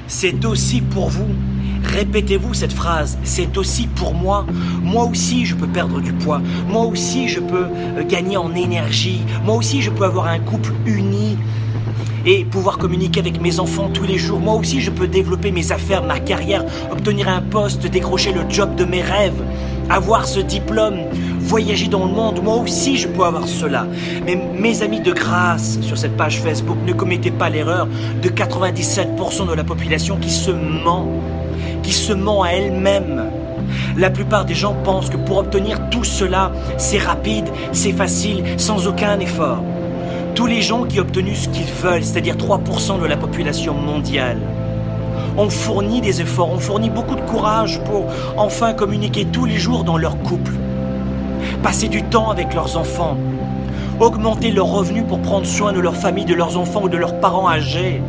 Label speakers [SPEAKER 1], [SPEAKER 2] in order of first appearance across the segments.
[SPEAKER 1] C'est aussi pour vous. Répétez-vous cette phrase, c'est aussi pour moi. Moi aussi je peux perdre du poids. Moi aussi je peux gagner en énergie. Moi aussi je peux avoir un couple uni et pouvoir communiquer avec mes enfants tous les jours. Moi aussi je peux développer mes affaires, ma carrière, obtenir un poste, décrocher le job de mes rêves, avoir ce diplôme, voyager dans le monde. Moi aussi je peux avoir cela. Mais mes amis, de grâce, sur cette page Facebook, ne commettez pas l'erreur de 97% de la population qui se ment à elle-même. La plupart des gens pensent que pour obtenir tout cela, c'est rapide, c'est facile, sans aucun effort. Tous les gens qui ont obtenu ce qu'ils veulent, c'est-à-dire 3% de la population mondiale, ont fourni des efforts, ont fourni beaucoup de courage pour enfin communiquer tous les jours dans leur couple, passer du temps avec leurs enfants, augmenter leurs revenus pour prendre soin de leur famille, de leurs enfants ou de leurs parents âgés,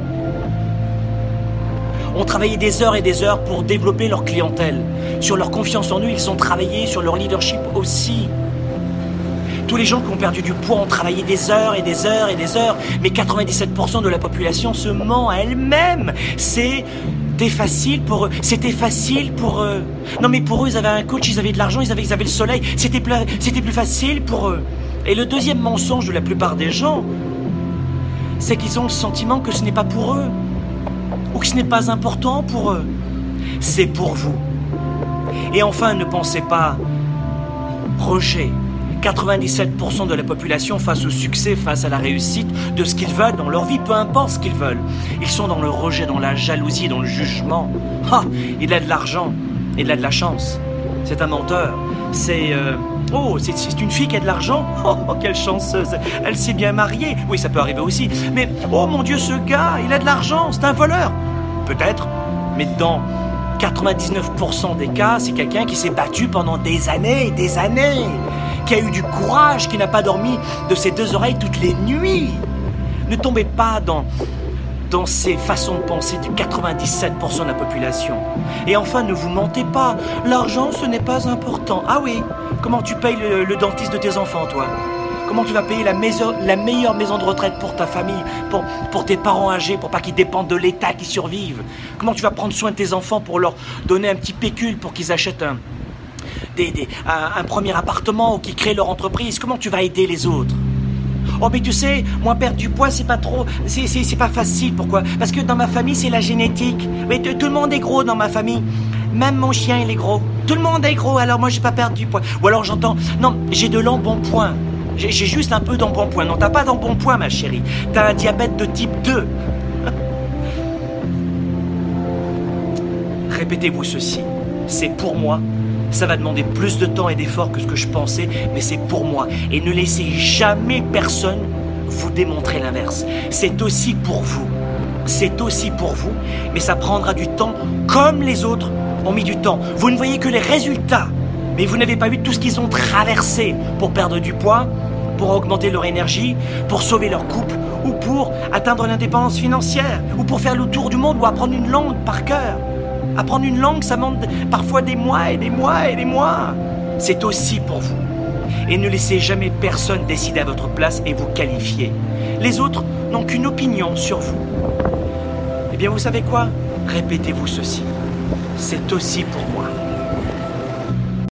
[SPEAKER 1] ont travaillé des heures et des heures pour développer leur clientèle. Sur leur confiance en eux, ils ont travaillé sur leur leadership aussi. Tous les gens qui ont perdu du poids ont travaillé des heures et des heures et des heures, mais 97% de la population se ment à elle-même. C'était facile pour eux. C'était facile pour eux. Non mais pour eux, ils avaient un coach, ils avaient de l'argent, ils avaient le soleil. C'était plus facile pour eux. Et le deuxième mensonge de la plupart des gens, c'est qu'ils ont le sentiment que ce n'est pas pour eux, ou que ce n'est pas important pour eux. C'est pour vous. Et enfin, ne pensez pas rejet. 97% de la population face au succès, face à la réussite de ce qu'ils veulent dans leur vie, peu importe ce qu'ils veulent. Ils sont dans le rejet, dans la jalousie, dans le jugement. Ah, il a de l'argent, il a de la chance. C'est un menteur. C'est une fille qui a de l'argent. Oh, quelle chanceuse. Elle s'est bien mariée. Oui, ça peut arriver aussi. Mais, oh mon Dieu, ce gars, il a de l'argent. C'est un voleur. Peut-être, mais dans 99% des cas, c'est quelqu'un qui s'est battu pendant des années et des années, qui a eu du courage, qui n'a pas dormi de ses deux oreilles toutes les nuits. Ne tombez pas dans ces façons de penser de 97% de la population. Et enfin, ne vous mentez pas. L'argent, ce n'est pas important. Ah oui, comment tu payes le dentiste de tes enfants, toi ? Comment tu vas payer la meilleure maison de retraite pour ta famille, pour tes parents âgés, pour pas qu'ils dépendent de l'État, qu'ils survivent ? Comment tu vas prendre soin de tes enfants pour leur donner un petit pécule pour qu'ils achètent un premier appartement ou qu'ils créent leur entreprise ? Comment tu vas aider les autres ? Oh mais tu sais, moi perdre du poids c'est pas facile. Pourquoi ? Parce que dans ma famille c'est la génétique. Mais tout le monde est gros dans ma famille. Même mon chien il est gros. Tout le monde est gros, alors moi je vais pas perdre du poids. Ou alors j'entends, non, j'ai de l'embonpoint. J'ai juste un peu d'embonpoint. Non, t'as pas d'embonpoint ma chérie. T'as un diabète de type 2. Répétez-vous ceci. C'est pour moi. Ça va demander plus de temps et d'efforts que ce que je pensais, mais c'est pour moi. Et ne laissez jamais personne vous démontrer l'inverse. C'est aussi pour vous. C'est aussi pour vous, mais ça prendra du temps comme les autres ont mis du temps. Vous ne voyez que les résultats, mais vous n'avez pas vu tout ce qu'ils ont traversé pour perdre du poids, pour augmenter leur énergie, pour sauver leur couple, ou pour atteindre l'indépendance financière, ou pour faire le tour du monde, ou apprendre une langue par cœur. Apprendre une langue, ça demande parfois des mois et des mois et des mois. C'est aussi pour vous. Et ne laissez jamais personne décider à votre place et vous qualifier. Les autres n'ont qu'une opinion sur vous. Eh bien, vous savez quoi ? Répétez-vous ceci. C'est aussi pour moi.